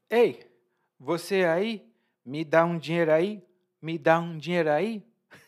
Ei, você aí? Me dá um dinheiro aí? Me dá um dinheiro aí?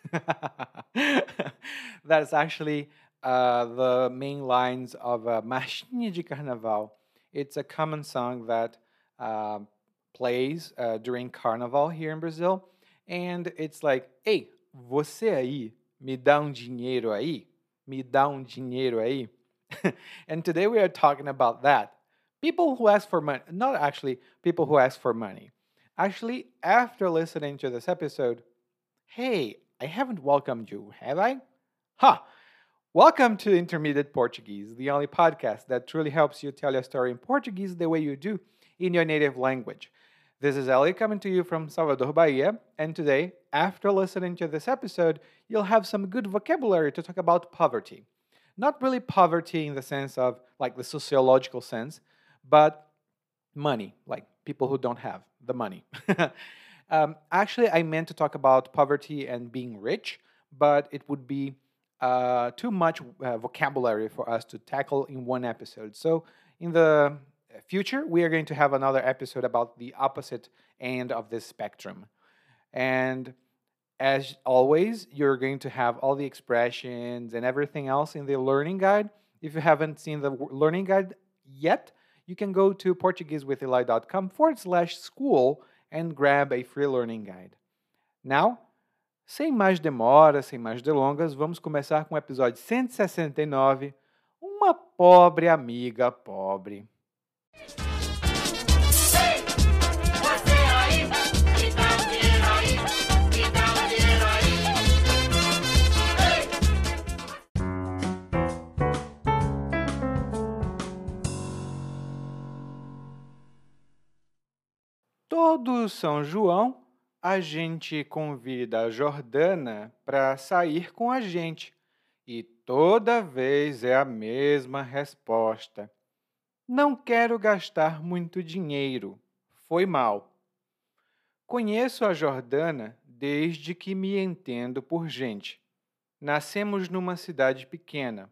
That's actually the main lines of a Marchinha de Carnaval. It's a common song that uh, plays during Carnival here in Brazil. And it's like, ei, você aí, me dá um dinheiro aí? Me dá um dinheiro aí? And today we are talking about that. People who ask for money, not actually people who ask for money. Actually, after listening to this episode, hey, I haven't welcomed you, have I? Ha! Welcome to Intermediate Portuguese, the only podcast that truly helps you tell your story in Portuguese the way you do in your native language. This is Ellie coming to you from Salvador, Bahia, and today, after listening to this episode, you'll have some good vocabulary to talk about poverty. Not really poverty in the sense of like the sociological sense, but money, like people who don't have the money. Actually, I meant to talk about poverty and being rich, but it would be too much vocabulary for us to tackle in one episode. So, in the future, we are going to have another episode about the opposite end of this spectrum. And as always, you're going to have all the expressions and everything else in the learning guide. If you haven't seen the learning guide yet, you can go to portuguesewitheli.com/school and grab a free learning guide. Now, sem mais demoras, sem mais delongas, vamos começar com o episódio 169, Uma Pobre Amiga Pobre. Todo São João, a gente convida a Jordana para sair com a gente. E toda vez é a mesma resposta. Não quero gastar muito dinheiro. Foi mal. Conheço a Jordana desde que me entendo por gente. Nascemos numa cidade pequena.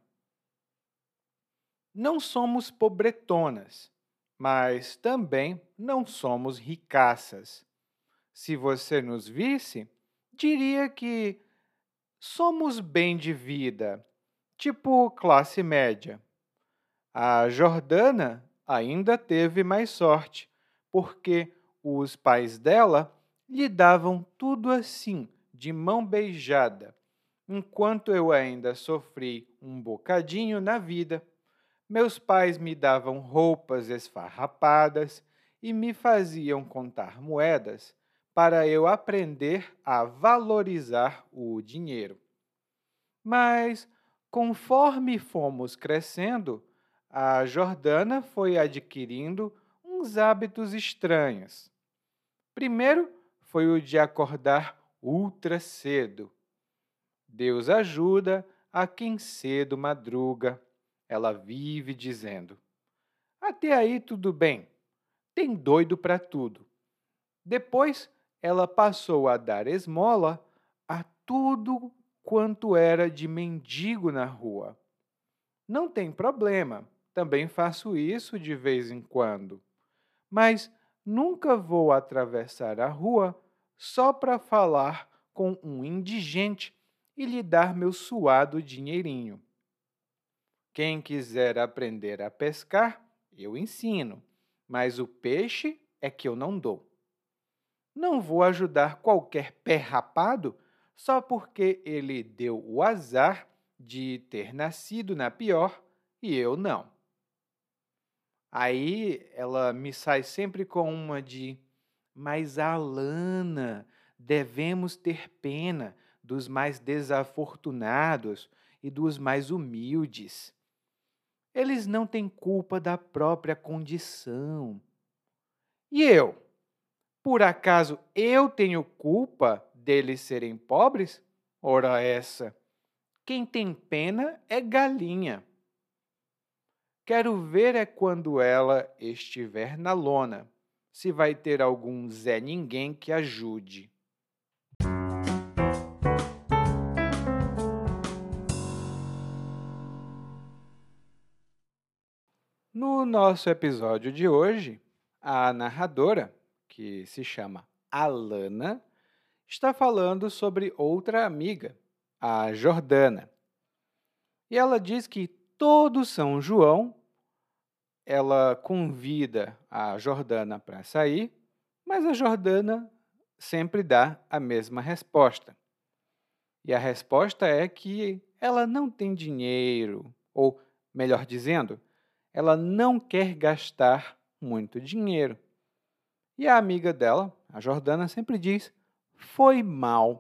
Não somos pobretonas, mas também não somos ricaças. Se você nos visse, diria que somos bem de vida, tipo classe média. A Jordana ainda teve mais sorte, porque os pais dela lhe davam tudo assim, de mão beijada, enquanto eu ainda sofri um bocadinho na vida. Meus pais me davam roupas esfarrapadas e me faziam contar moedas para eu aprender a valorizar o dinheiro. Mas, conforme fomos crescendo, a Jordana foi adquirindo uns hábitos estranhos. Primeiro foi o de acordar ultra cedo. Deus ajuda a quem cedo madruga, ela vive dizendo. Até aí tudo bem, tem doido para tudo. Depois, ela passou a dar esmola a tudo quanto era de mendigo na rua. Não tem problema, também faço isso de vez em quando. Mas nunca vou atravessar a rua só para falar com um indigente e lhe dar meu suado dinheirinho. Quem quiser aprender a pescar, eu ensino, mas o peixe é que eu não dou. Não vou ajudar qualquer pé rapado só porque ele deu o azar de ter nascido na pior e eu não. Aí ela me sai sempre com uma de: mas Alana, devemos ter pena dos mais desafortunados e dos mais humildes. Eles não têm culpa da própria condição. E eu? Por acaso eu tenho culpa deles serem pobres? Ora essa! Quem tem pena é galinha. Quero ver é quando ela estiver na lona, se vai ter algum Zé Ninguém que ajude. No nosso episódio de hoje, A narradora, que se chama Alana, está falando sobre outra amiga, a Jordana. E ela diz que todo São João ela convida a Jordana para sair, mas a Jordana sempre dá a mesma resposta. E a resposta é que ela não tem dinheiro, ou, melhor dizendo, ela não quer gastar muito dinheiro. E a amiga dela, a Jordana, sempre diz: foi mal.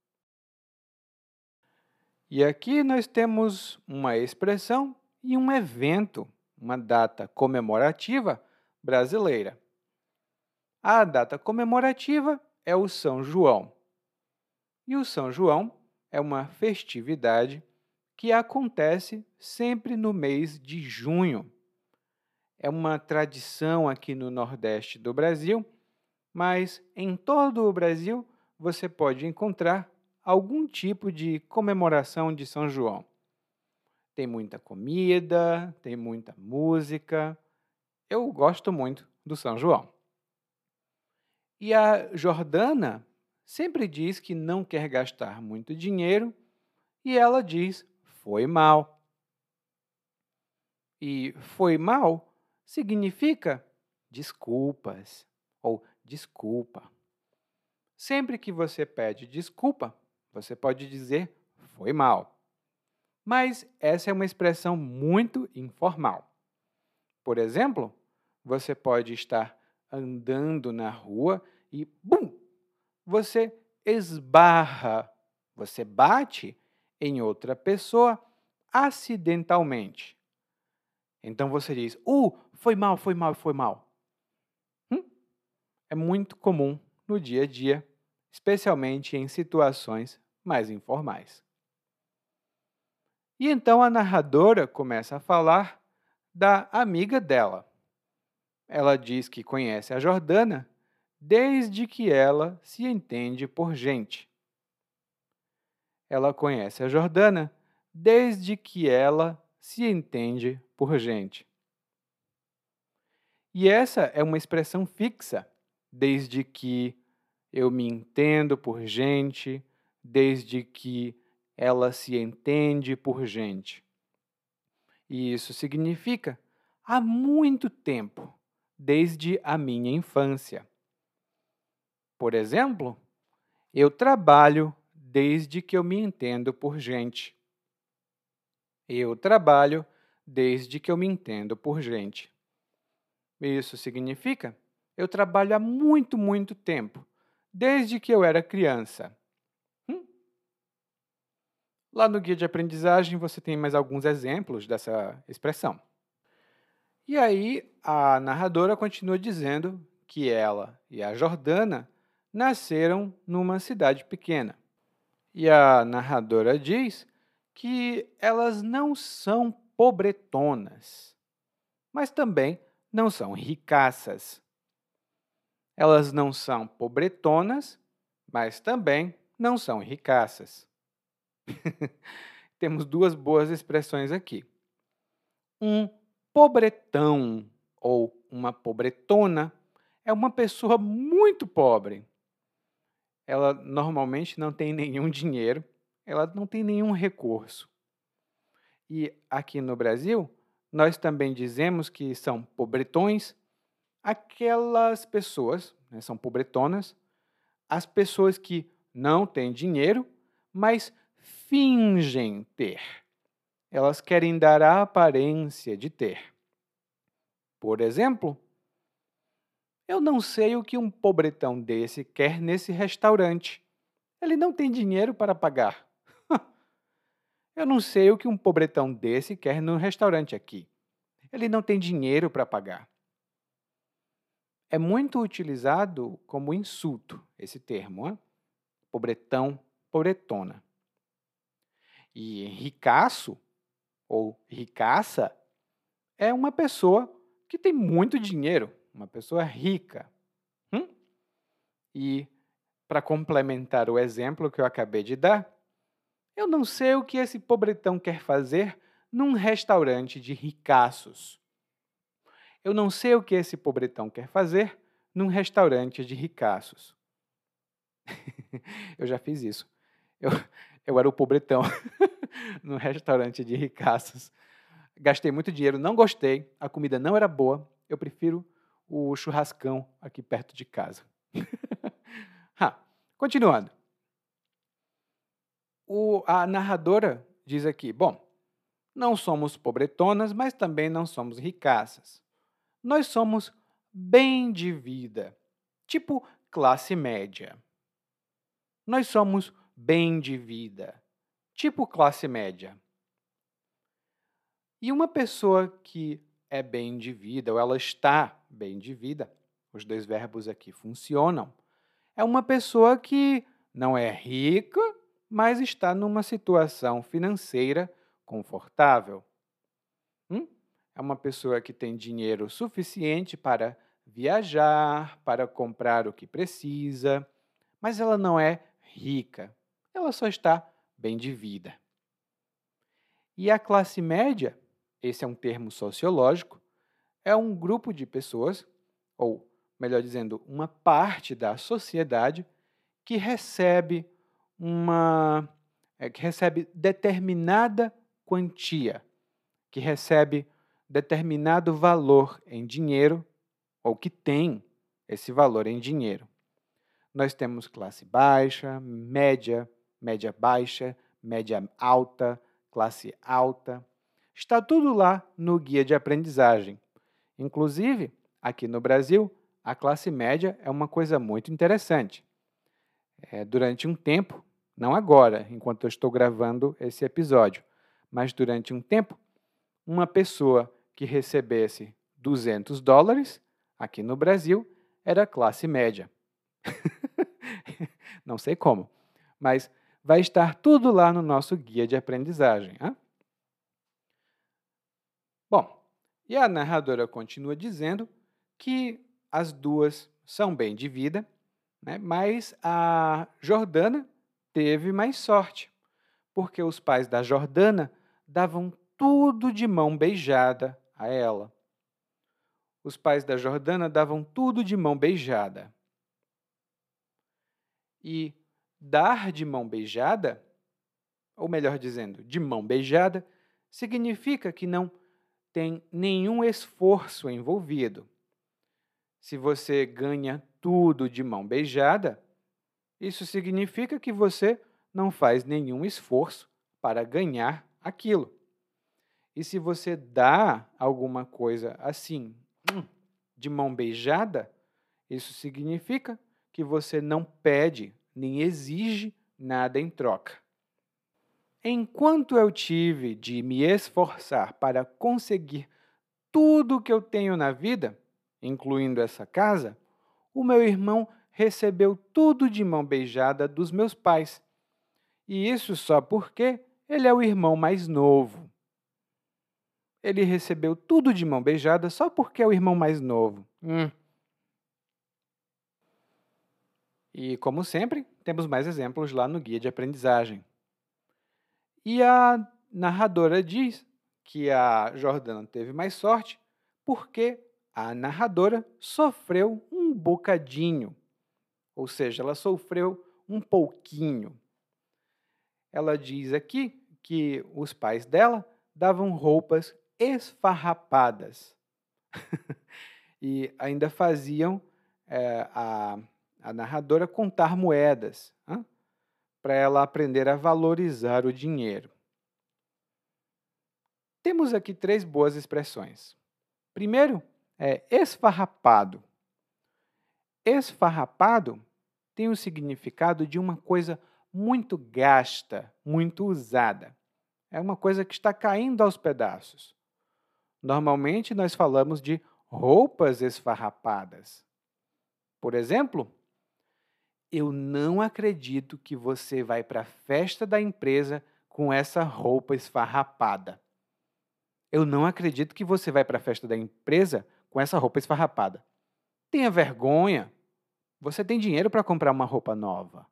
E aqui nós temos uma expressão e um evento, uma data comemorativa brasileira. A data comemorativa é o São João. E o São João é uma festividade que acontece sempre no mês de junho. É uma tradição aqui no Nordeste do Brasil, mas em todo o Brasil você pode encontrar algum tipo de comemoração de São João. Tem muita comida, tem muita música. Eu gosto muito do São João. E a Jordana sempre diz que não quer gastar muito dinheiro e ela diz: foi mal. E foi mal significa desculpas ou desculpa. Sempre que você pede desculpa, você pode dizer foi mal. Mas essa é uma expressão muito informal. Por exemplo, você pode estar andando na rua e, bum, você esbarra, você bate em outra pessoa acidentalmente. Então você diz, foi mal, foi mal, foi mal. É muito comum no dia a dia, especialmente em situações mais informais. E então a narradora começa a falar da amiga dela. Ela diz que conhece a Jordana desde que ela se entende por gente. Ela conhece a Jordana desde que ela se entende por gente. E essa é uma expressão fixa, desde que eu me entendo por gente, desde que ela se entende por gente. E isso significa há muito tempo, desde a minha infância. Por exemplo, eu trabalho desde que eu me entendo por gente. Eu trabalho desde que eu me entendo por gente. Isso significa eu trabalho há muito, muito tempo, desde que eu era criança. Lá no guia de aprendizagem você tem mais alguns exemplos dessa expressão. E aí a narradora continua dizendo que ela e a Jordana nasceram numa cidade pequena. E a narradora diz que elas não são pobretonas, mas também não são ricaças. Elas não são pobretonas, mas também não são ricaças. Temos duas boas expressões aqui. Um pobretão ou uma pobretona é uma pessoa muito pobre. Ela normalmente não tem nenhum dinheiro, ela não tem nenhum recurso. E aqui no Brasil, nós também dizemos que são pobretões aquelas pessoas, são pobretonas, as pessoas que não têm dinheiro, mas fingem ter. Elas querem dar a aparência de ter. Por exemplo, eu não sei o que um pobretão desse quer nesse restaurante. Ele não tem dinheiro para pagar. Eu não sei o que um pobretão desse quer no restaurante aqui. Ele não tem dinheiro para pagar. É muito utilizado como insulto esse termo, hein? Pobretão, pobretona. E ricaço ou ricaça é uma pessoa que tem muito dinheiro, uma pessoa rica. E, para complementar o exemplo que eu acabei de dar, eu não sei o que esse pobretão quer fazer num restaurante de ricaços. Eu não sei o que esse pobretão quer fazer num restaurante de ricaços. Eu já fiz isso. Eu, eu era o pobretão num restaurante de ricaços. Gastei muito dinheiro, não gostei, a comida não era boa. Eu prefiro o churrascão aqui perto de casa. Ah, continuando. A narradora diz aqui, bom, não somos pobretonas, mas também não somos ricaças. Nós somos bem de vida, tipo classe média. Nós somos bem de vida, tipo classe média. E uma pessoa que é bem de vida, ou ela está bem de vida, os dois verbos aqui funcionam, é uma pessoa que não é rica, mas está numa situação financeira confortável. É uma pessoa que tem dinheiro suficiente para viajar, para comprar o que precisa, mas ela não é rica, ela só está bem de vida. E a classe média, esse é um termo sociológico, é um grupo de pessoas, ou melhor dizendo, uma parte da sociedade que recebe que recebe determinada quantia, que recebe determinado valor em dinheiro, ou que tem esse valor em dinheiro. Nós temos classe baixa, média, média baixa, média alta, classe alta. Está tudo lá no guia de aprendizagem. Inclusive, aqui no Brasil, a classe média é uma coisa muito interessante. Durante um tempo, não agora, enquanto eu estou gravando esse episódio, mas durante um tempo, uma pessoa que recebesse $200 aqui no Brasil era classe média. Não sei como, mas vai estar tudo lá no nosso guia de aprendizagem. Hein? Bom, e a narradora continua dizendo que as duas são bem de vida, né? Mas a Jordana teve mais sorte, porque os pais da Jordana davam tudo de mão beijada a ela. Os pais da Jordana davam tudo de mão beijada. E dar de mão beijada, ou melhor dizendo, de mão beijada, significa que não tem nenhum esforço envolvido. Se você ganha tudo de mão beijada, isso significa que você não faz nenhum esforço para ganhar aquilo. E se você dá alguma coisa assim, de mão beijada, isso significa que você não pede nem exige nada em troca. Enquanto eu tive de me esforçar para conseguir tudo o que eu tenho na vida, incluindo essa casa, o meu irmão recebeu tudo de mão beijada dos meus pais. E isso só porque ele é o irmão mais novo. Ele recebeu tudo de mão beijada só porque é o irmão mais novo. E, como sempre, temos mais exemplos lá no guia de aprendizagem. E a narradora diz que a Jordana teve mais sorte porque a narradora sofreu um bocadinho, ou seja, ela sofreu um pouquinho. Ela diz aqui que os pais dela davam roupas esfarrapadas e ainda faziam a narradora contar moedas, para ela aprender a valorizar o dinheiro. Temos aqui 3 boas expressões. Primeiro é esfarrapado. Esfarrapado tem o significado de uma coisa muito gasta, muito usada. É uma coisa que está caindo aos pedaços. Normalmente, nós falamos de roupas esfarrapadas. Por exemplo, eu não acredito que você vai para a festa da empresa com essa roupa esfarrapada. Eu não acredito que você vai para a festa da empresa com essa roupa esfarrapada. Tenha vergonha. Você tem dinheiro para comprar uma roupa nova.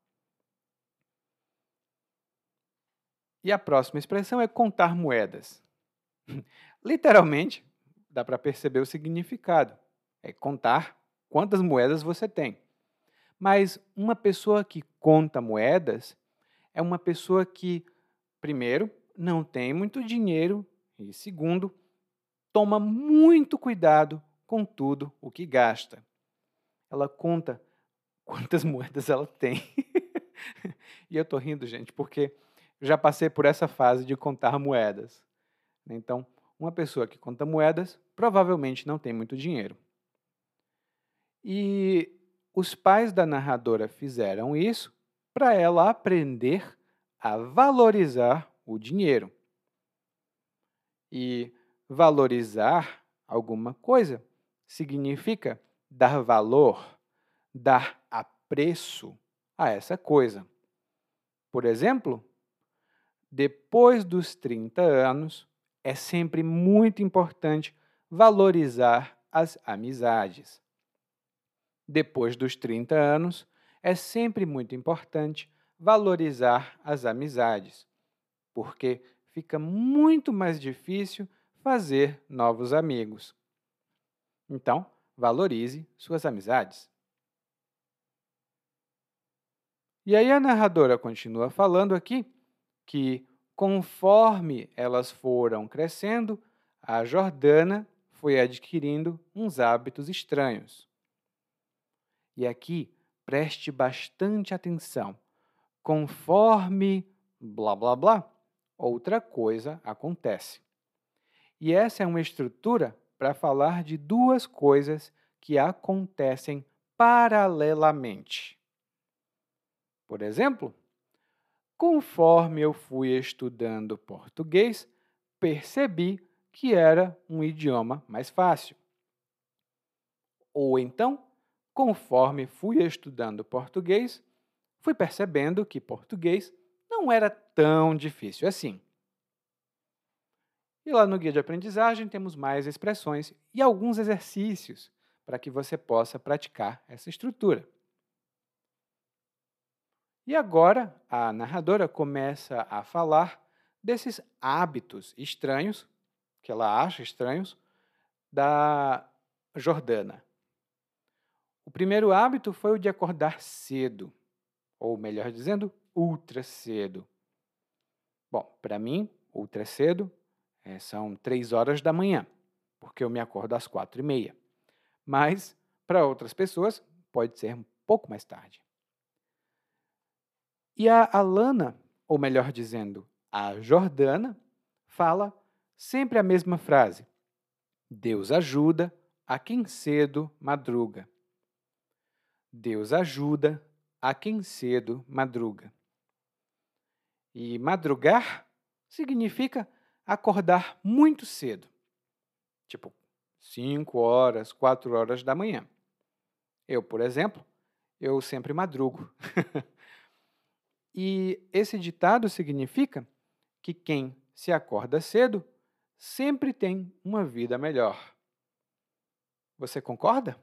E a próxima expressão é contar moedas. Literalmente, dá para perceber o significado. É contar quantas moedas você tem. Mas uma pessoa que conta moedas é uma pessoa que, primeiro, não tem muito dinheiro e, segundo, toma muito cuidado com tudo o que gasta. Ela conta quantas moedas ela tem. E eu estou rindo, gente, porque já passei por essa fase de contar moedas. Então, uma pessoa que conta moedas provavelmente não tem muito dinheiro. E os pais da narradora fizeram isso para ela aprender a valorizar o dinheiro. E valorizar alguma coisa significa dar valor, dar apreço a essa coisa. Por exemplo, depois dos 30 anos, é sempre muito importante valorizar as amizades. Depois dos 30 anos, é sempre muito importante valorizar as amizades, porque fica muito mais difícil fazer novos amigos. Então, valorize suas amizades. E aí a narradora continua falando aqui que, conforme elas foram crescendo, a Jordana foi adquirindo uns hábitos estranhos. E aqui, preste bastante atenção. Conforme blá blá blá, outra coisa acontece. E essa é uma estrutura para falar de duas coisas que acontecem paralelamente. Por exemplo, conforme eu fui estudando português, percebi que era um idioma mais fácil. Ou então, conforme fui estudando português, fui percebendo que português não era tão difícil assim. E lá no guia de aprendizagem temos mais expressões e alguns exercícios para que você possa praticar essa estrutura. E agora a narradora começa a falar desses hábitos estranhos, que ela acha estranhos, da Jordana. O primeiro hábito foi o de acordar cedo, ou melhor dizendo, ultra cedo. Bom, para mim, ultra cedo são 3 horas da manhã, porque eu me acordo às 4h30. Mas, para outras pessoas, pode ser um pouco mais tarde. E a Alana, ou melhor dizendo, a Jordana, fala sempre a mesma frase. Deus ajuda a quem cedo madruga. Deus ajuda a quem cedo madruga. E madrugar significa acordar muito cedo, tipo 5 horas, 4 horas da manhã. Eu, por exemplo, eu sempre madrugo. E esse ditado significa que quem se acorda cedo sempre tem uma vida melhor. Você concorda?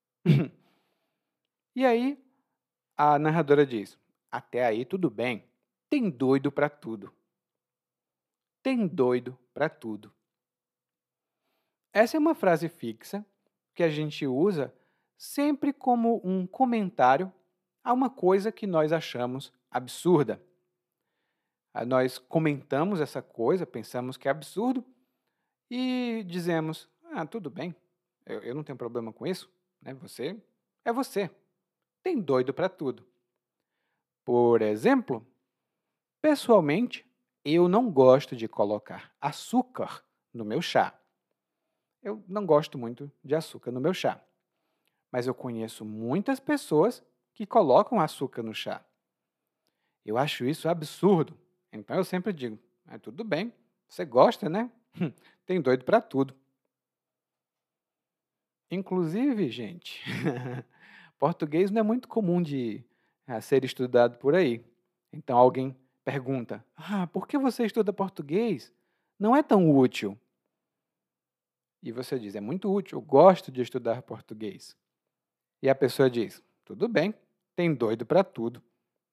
E aí, a narradora diz, até aí tudo bem, tem doido para tudo. Tem doido para tudo. Essa é uma frase fixa que a gente usa sempre como um comentário a uma coisa que nós achamos absurda. Nós comentamos essa coisa, pensamos que é absurdo e dizemos, tudo bem, eu não tenho problema com isso, né? Você é você, tem doido para tudo. Por exemplo, pessoalmente, eu não gosto de colocar açúcar no meu chá. Eu não gosto muito de açúcar no meu chá. Mas eu conheço muitas pessoas que colocam açúcar no chá. Eu acho isso absurdo. Então eu sempre digo, tudo bem, você gosta, né? Tem doido para tudo. Inclusive, gente, português não é muito comum de ser estudado por aí. Então alguém pergunta, por que você estuda português? Não é tão útil. E você diz, é muito útil, eu gosto de estudar português. E a pessoa diz, tudo bem, tem doido para tudo.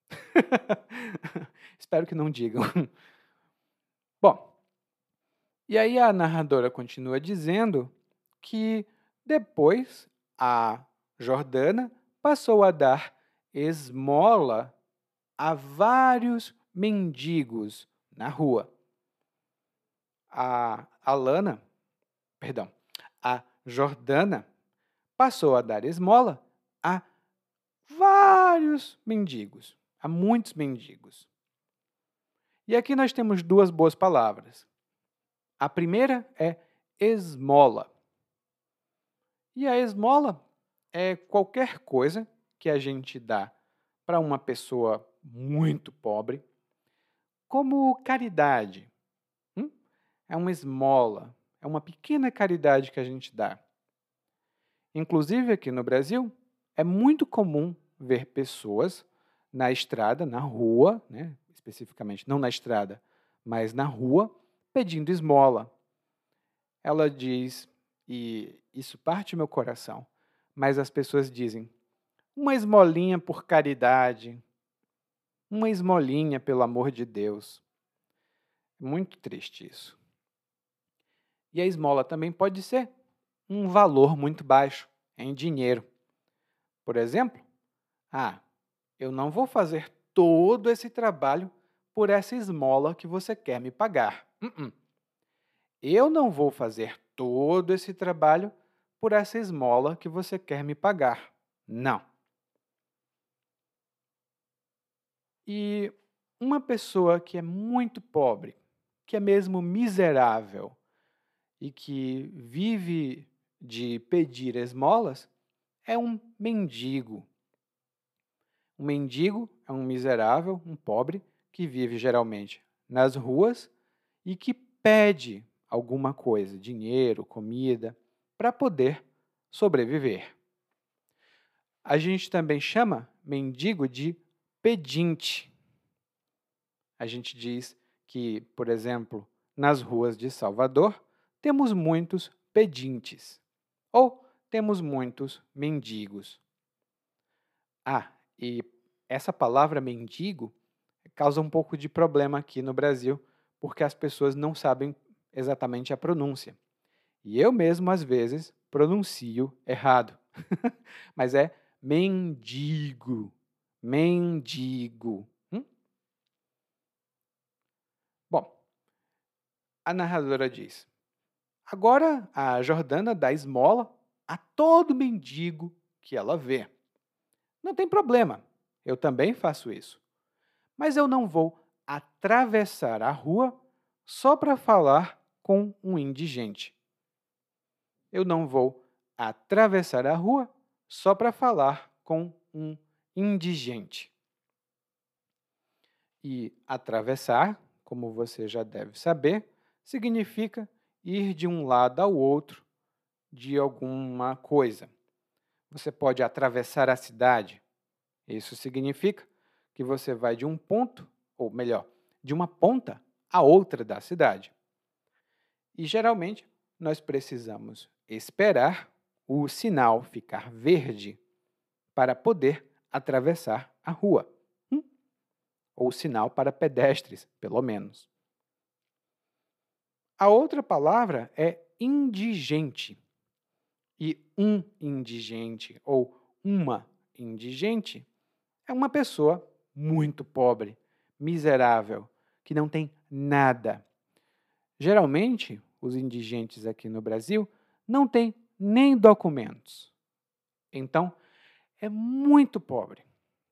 Espero que não digam. Bom, e aí a narradora continua dizendo que depois a Jordana passou a dar esmola a vários mendigos na rua. A Alana, perdão, a Jordana passou a dar esmola a vários mendigos, a muitos mendigos. E aqui nós temos duas boas palavras. A primeira é esmola. E a esmola é qualquer coisa que a gente dá para uma pessoa muito pobre, como caridade. É uma esmola, é uma pequena caridade que a gente dá. Inclusive, aqui no Brasil, é muito comum ver pessoas na estrada, na rua, né, especificamente, não na estrada, mas na rua, pedindo esmola. Ela diz, e isso parte do meu coração, mas as pessoas dizem, uma esmolinha por caridade, uma esmolinha pelo amor de Deus. Muito triste isso. E a esmola também pode ser um valor muito baixo, em dinheiro. Por exemplo, eu não vou fazer todo esse trabalho por essa esmola que você quer me pagar. Eu não vou fazer todo esse trabalho por essa esmola que você quer me pagar. Não. E uma pessoa que é muito pobre, que é mesmo miserável e que vive de pedir esmolas, é um mendigo. Um mendigo é um miserável, um pobre, que vive geralmente nas ruas e que pede alguma coisa, dinheiro, comida, para poder sobreviver. A gente também chama mendigo de pedinte. A gente diz que, por exemplo, nas ruas de Salvador, temos muitos pedintes, ou temos muitos mendigos. E essa palavra mendigo causa um pouco de problema aqui no Brasil, porque as pessoas não sabem exatamente a pronúncia. E eu mesmo, às vezes, pronuncio errado. Mas é mendigo. Mendigo. Bom, a narradora diz, agora a Jordana dá esmola a todo mendigo que ela vê. Não tem problema, eu também faço isso. Mas eu não vou atravessar a rua só para falar com um indigente. Eu não vou atravessar a rua só para falar com um indigente. E atravessar, como você já deve saber, significa ir de um lado ao outro de alguma coisa. Você pode atravessar a cidade. Isso significa que você vai de um ponto, ou melhor, de uma ponta a outra da cidade. E, geralmente, nós precisamos esperar o sinal ficar verde para poder atravessar a rua. Ou sinal para pedestres, pelo menos. A outra palavra é indigente. E um indigente ou uma indigente é uma pessoa muito pobre, miserável, que não tem nada. Geralmente, os indigentes aqui no Brasil não têm nem documentos. Então, é muito pobre.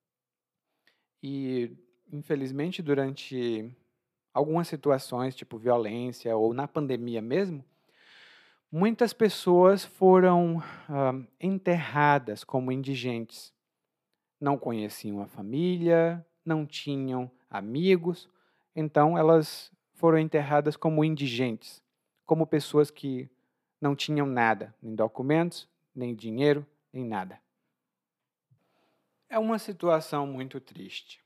E, infelizmente, durante algumas situações, tipo violência ou na pandemia mesmo, muitas pessoas foram enterradas como indigentes. Não conheciam a família, não tinham amigos, então elas foram enterradas como indigentes, como pessoas que não tinham nada, nem documentos, nem dinheiro, nem nada. É uma situação muito triste.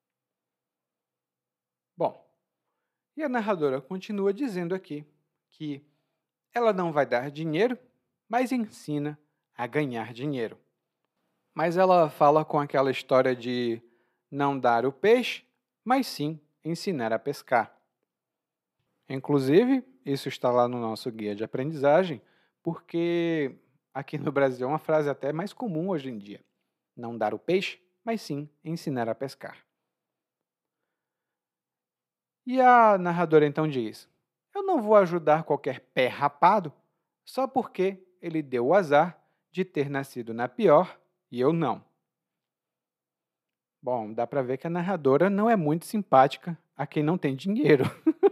Bom, e a narradora continua dizendo aqui que ela não vai dar dinheiro, mas ensina a ganhar dinheiro. Mas ela fala com aquela história de não dar o peixe, mas sim ensinar a pescar. Inclusive, isso está lá no nosso guia de aprendizagem, porque aqui no Brasil é uma frase até mais comum hoje em dia. Não dar o peixe, mas sim ensinar a pescar. E a narradora então diz: Eu não vou ajudar qualquer pé rapado só porque ele deu o azar de ter nascido na pior e eu não. Bom, dá para ver que a narradora não é muito simpática a quem não tem dinheiro.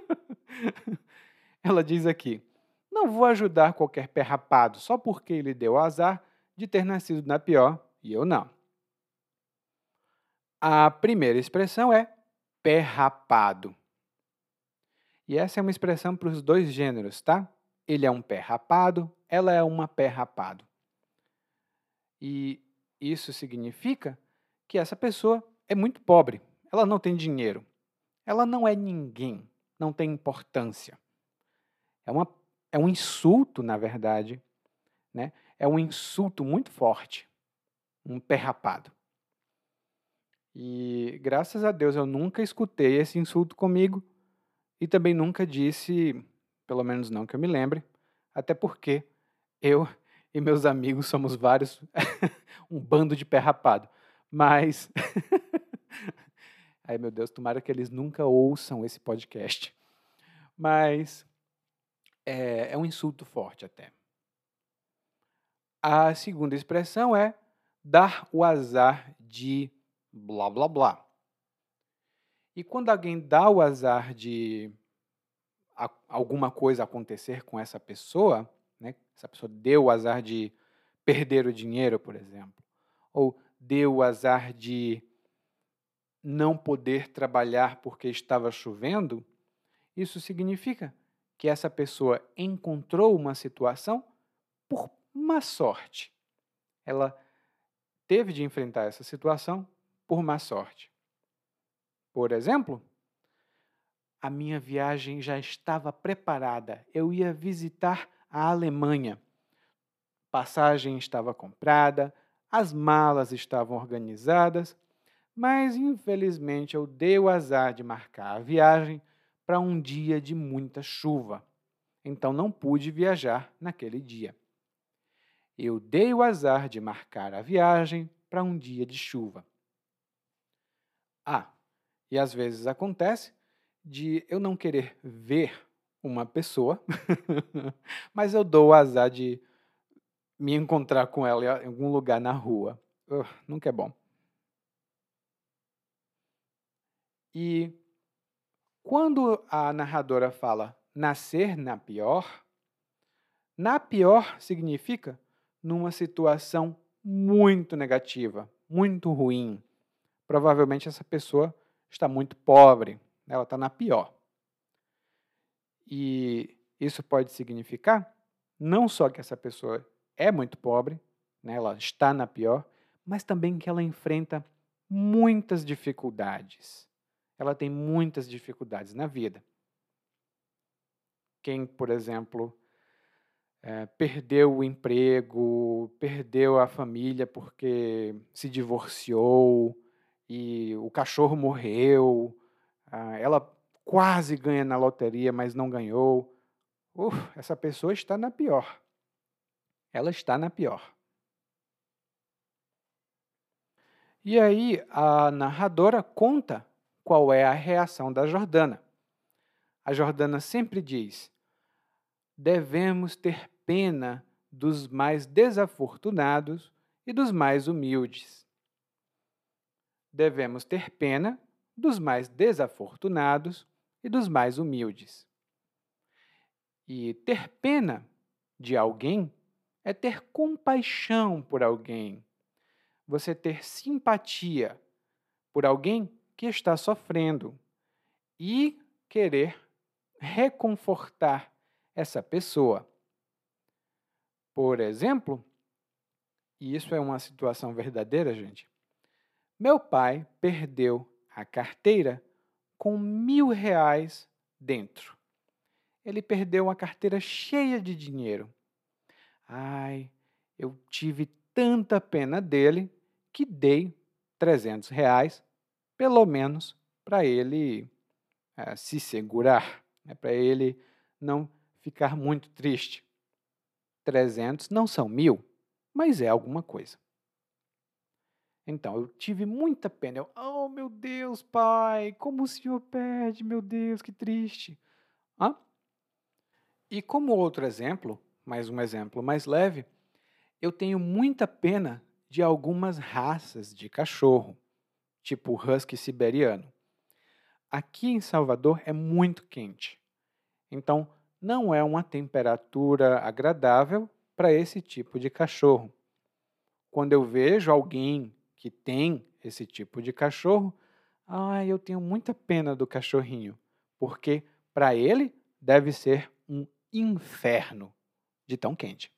Ela diz aqui: Não vou ajudar qualquer pé rapado só porque ele deu o azar de ter nascido na pior e eu não. A primeira expressão é pé rapado. E essa é uma expressão para os dois gêneros, tá? Ele é um pé rapado, ela é uma pé rapado. E isso significa que essa pessoa é muito pobre, ela não tem dinheiro, ela não é ninguém, não tem importância. É, uma, é um insulto, na verdade, né? É um insulto muito forte, um pé rapado. E graças a Deus eu nunca escutei esse insulto comigo e também nunca disse, pelo menos não que eu me lembre, até porque eu e meus amigos somos vários, um bando de pé rapado. Mas, ai meu Deus, tomara que eles nunca ouçam esse podcast. Mas é um insulto forte até. A segunda expressão é dar o azar de blá blá blá. E quando alguém dá o azar de alguma coisa acontecer com essa pessoa, né? Essa pessoa deu o azar de perder o dinheiro, por exemplo, ou deu o azar de não poder trabalhar porque estava chovendo, isso significa que essa pessoa encontrou uma situação por má sorte. Ela teve de enfrentar essa situação por má sorte. Por exemplo, a minha viagem já estava preparada. Eu ia visitar a Alemanha. Passagem estava comprada, as malas estavam organizadas, mas infelizmente eu dei o azar de marcar a viagem para um dia de muita chuva. Então não pude viajar naquele dia. Eu dei o azar de marcar a viagem para um dia de chuva. Ah, e às vezes acontece de eu não querer ver uma pessoa, mas eu dou o azar de me encontrar com ela em algum lugar na rua. Nunca é bom. E quando a narradora fala nascer na pior significa numa situação muito negativa, muito ruim. Provavelmente essa pessoa está muito pobre, ela está na pior. E isso pode significar não só que essa pessoa é muito pobre, né, ela está na pior, mas também que ela enfrenta muitas dificuldades. Ela tem muitas dificuldades na vida. Quem, por exemplo, perdeu o emprego, perdeu a família porque se divorciou e o cachorro morreu, ela quase ganha na loteria, mas não ganhou. Essa pessoa está na pior. Ela está na pior. E aí a narradora conta qual é a reação da Jordana. A Jordana sempre diz: devemos ter pena dos mais desafortunados e dos mais humildes. Devemos ter pena dos mais desafortunados e dos mais humildes. E ter pena de alguém é ter compaixão por alguém, você ter simpatia por alguém que está sofrendo e querer reconfortar essa pessoa. Por exemplo, e isso é uma situação verdadeira, gente, meu pai perdeu a carteira com R$ 1.000 dentro. Ele perdeu uma carteira cheia de dinheiro. Ai, eu tive tanta pena dele que dei R$ 300, pelo menos, para ele se segurar, né, para ele não ficar muito triste. 300 não são 1000, mas é alguma coisa. Então, eu tive muita pena. Oh, meu Deus, pai, como o senhor perde, meu Deus, que triste. Hã? E como outro exemplo, mais um exemplo mais leve, eu tenho muita pena de algumas raças de cachorro, tipo o husky siberiano. Aqui em Salvador é muito quente, então não é uma temperatura agradável para esse tipo de cachorro. Quando eu vejo alguém que tem esse tipo de cachorro, eu tenho muita pena do cachorrinho, porque para ele deve ser um inferno de tão quente.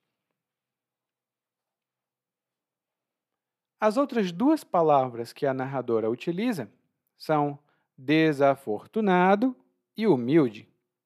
As outras duas palavras que a narradora utiliza são desafortunado e humilde.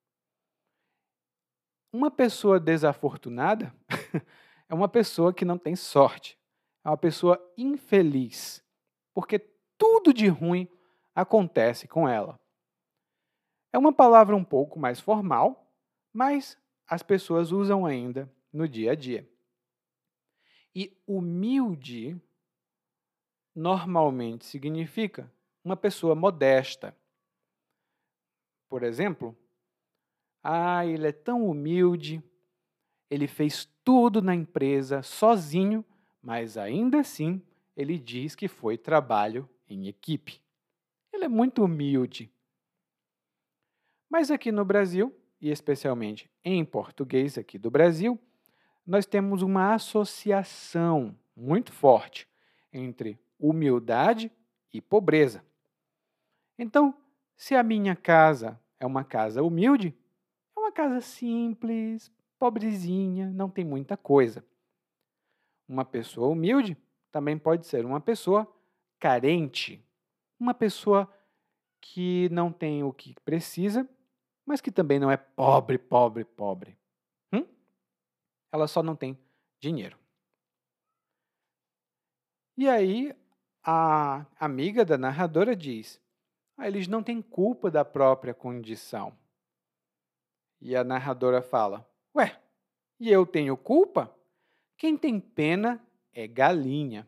Uma pessoa desafortunada é uma pessoa que não tem sorte, é uma pessoa infeliz, porque tudo de ruim acontece com ela. É uma palavra um pouco mais formal, mas as pessoas usam ainda no dia a dia. E humilde normalmente significa uma pessoa modesta. Por exemplo, ele é tão humilde, ele fez tudo na empresa sozinho, mas ainda assim ele diz que foi trabalho em equipe. Ele é muito humilde. Mas aqui no Brasil, e especialmente em português aqui do Brasil, nós temos uma associação muito forte entre humildade e pobreza. Então, se a minha casa é uma casa humilde, é uma casa simples, pobrezinha, não tem muita coisa. Uma pessoa humilde também pode ser uma pessoa carente, uma pessoa que não tem o que precisa, mas que também não é pobre, pobre, pobre. Ela só não tem dinheiro. E aí, a amiga da narradora diz: eles não têm culpa da própria condição. E a narradora fala: ué, e eu tenho culpa? Quem tem pena é galinha.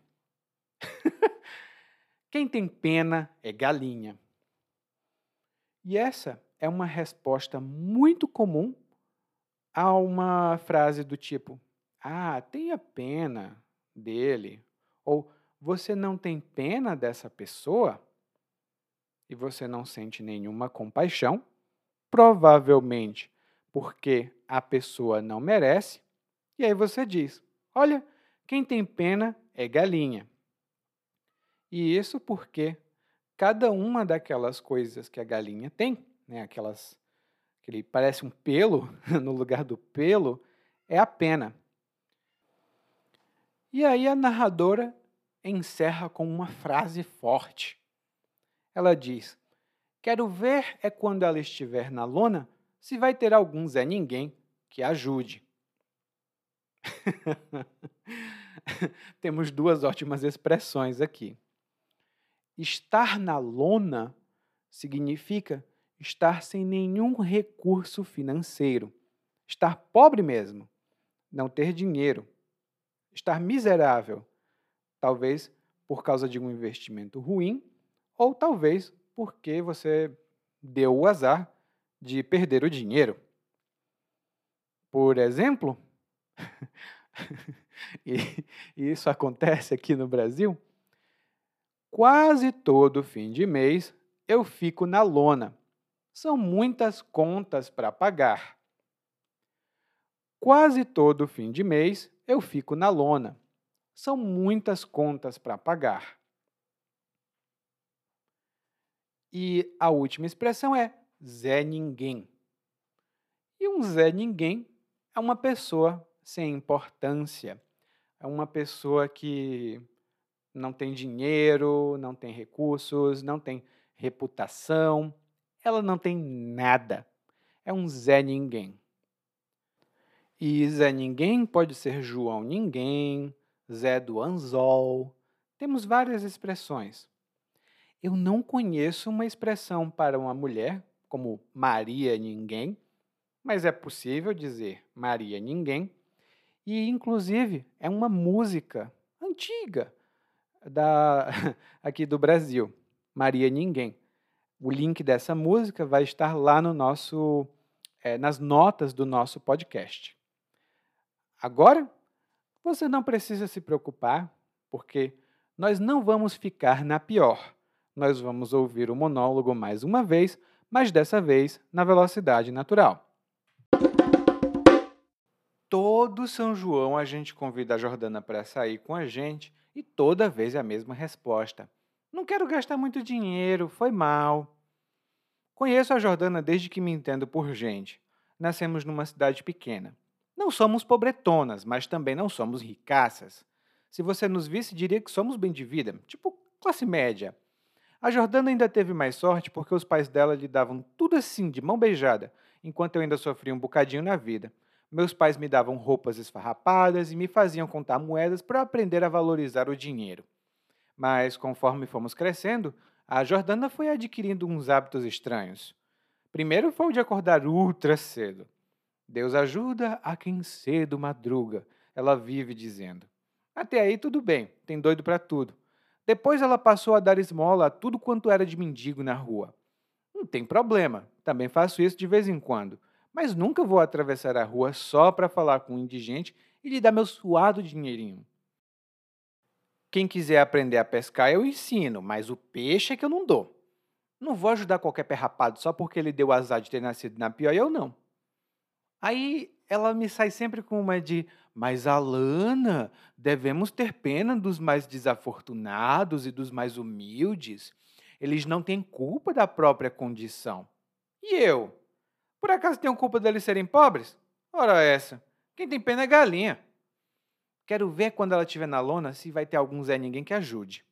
Quem tem pena é galinha. E essa é uma resposta muito comum a uma frase do tipo: tenha pena dele. Ou você não tem pena dessa pessoa? E você não sente nenhuma compaixão, provavelmente porque a pessoa não merece. E aí você diz: olha, quem tem pena é galinha. E isso porque cada uma daquelas coisas que a galinha tem, né, que parece um pelo no lugar do pelo, é a pena. E aí a narradora encerra com uma frase forte. Ela diz: quero ver é quando ela estiver na lona se vai ter algum Zé Ninguém que ajude. Temos duas ótimas expressões aqui. Estar na lona significa estar sem nenhum recurso financeiro, estar pobre mesmo, não ter dinheiro, estar miserável, talvez por causa de um investimento ruim ou talvez porque você deu o azar de perder o dinheiro. Por exemplo, e isso acontece aqui no Brasil, quase todo fim de mês eu fico na lona. São muitas contas para pagar. Quase todo fim de mês eu fico na lona. São muitas contas para pagar. E a última expressão é Zé Ninguém. E um Zé Ninguém é uma pessoa sem importância. É uma pessoa que não tem dinheiro, não tem recursos, não tem reputação. Ela não tem nada. É um Zé Ninguém. E Zé Ninguém pode ser João Ninguém, Zé do Anzol. Temos várias expressões. Eu não conheço uma expressão para uma mulher, como Maria Ninguém, mas é possível dizer Maria Ninguém. E, inclusive, é uma música antiga aqui do Brasil, Maria Ninguém. O link dessa música vai estar lá no nas notas do nosso podcast. Agora, você não precisa se preocupar, porque nós não vamos ficar na pior. Nós vamos ouvir o monólogo mais uma vez, mas dessa vez na velocidade natural. Todo São João a gente convida a Jordana para sair com a gente e toda vez é a mesma resposta. Não quero gastar muito dinheiro, foi mal. Conheço a Jordana desde que me entendo por gente. Nascemos numa cidade pequena. Não somos pobretonas, mas também não somos ricaças. Se você nos visse, diria que somos bem de vida, tipo classe média. A Jordana ainda teve mais sorte porque os pais dela lhe davam tudo assim, de mão beijada, enquanto eu ainda sofria um bocadinho na vida. Meus pais me davam roupas esfarrapadas e me faziam contar moedas para aprender a valorizar o dinheiro. Mas, conforme fomos crescendo, a Jordana foi adquirindo uns hábitos estranhos. Primeiro foi o de acordar ultra cedo. Deus ajuda a quem cedo madruga, ela vive dizendo. Até aí tudo bem, tem doido para tudo. Depois ela passou a dar esmola a tudo quanto era de mendigo na rua. Não tem problema, também faço isso de vez em quando, mas nunca vou atravessar a rua só para falar com um indigente e lhe dar meu suado dinheirinho. Quem quiser aprender a pescar eu ensino, mas o peixe é que eu não dou. Não vou ajudar qualquer pé rapado só porque ele deu azar de ter nascido na pior e eu não. Aí ela me sai sempre com uma de: mas Alana, devemos ter pena dos mais desafortunados e dos mais humildes. Eles não têm culpa da própria condição. E eu? Por acaso tenho culpa deles serem pobres? Ora essa, quem tem pena é galinha. Quero ver quando ela estiver na lona se vai ter algum Zé Ninguém que ajude.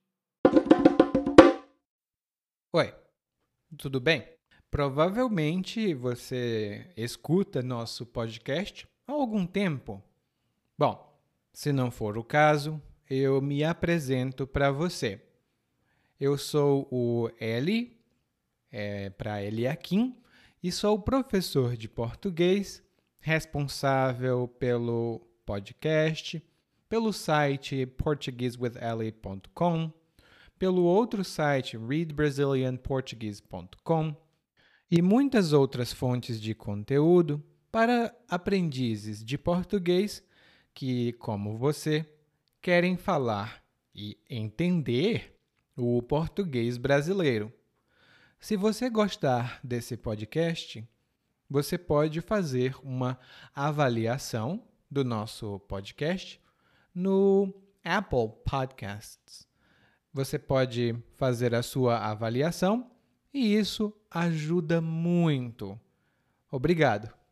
Oi, tudo bem? Provavelmente você escuta nosso podcast há algum tempo. Bom, se não for o caso, eu me apresento para você. Eu sou o Eli, para Eliakim, e sou professor de português, responsável pelo podcast, pelo site portuguesewitheli.com, pelo outro site readbrazilianportuguese.com e muitas outras fontes de conteúdo para aprendizes de português que, como você, querem falar e entender o português brasileiro. Se você gostar desse podcast, você pode fazer uma avaliação do nosso podcast no Apple Podcasts. Você pode fazer a sua avaliação e isso ajuda muito. Obrigado.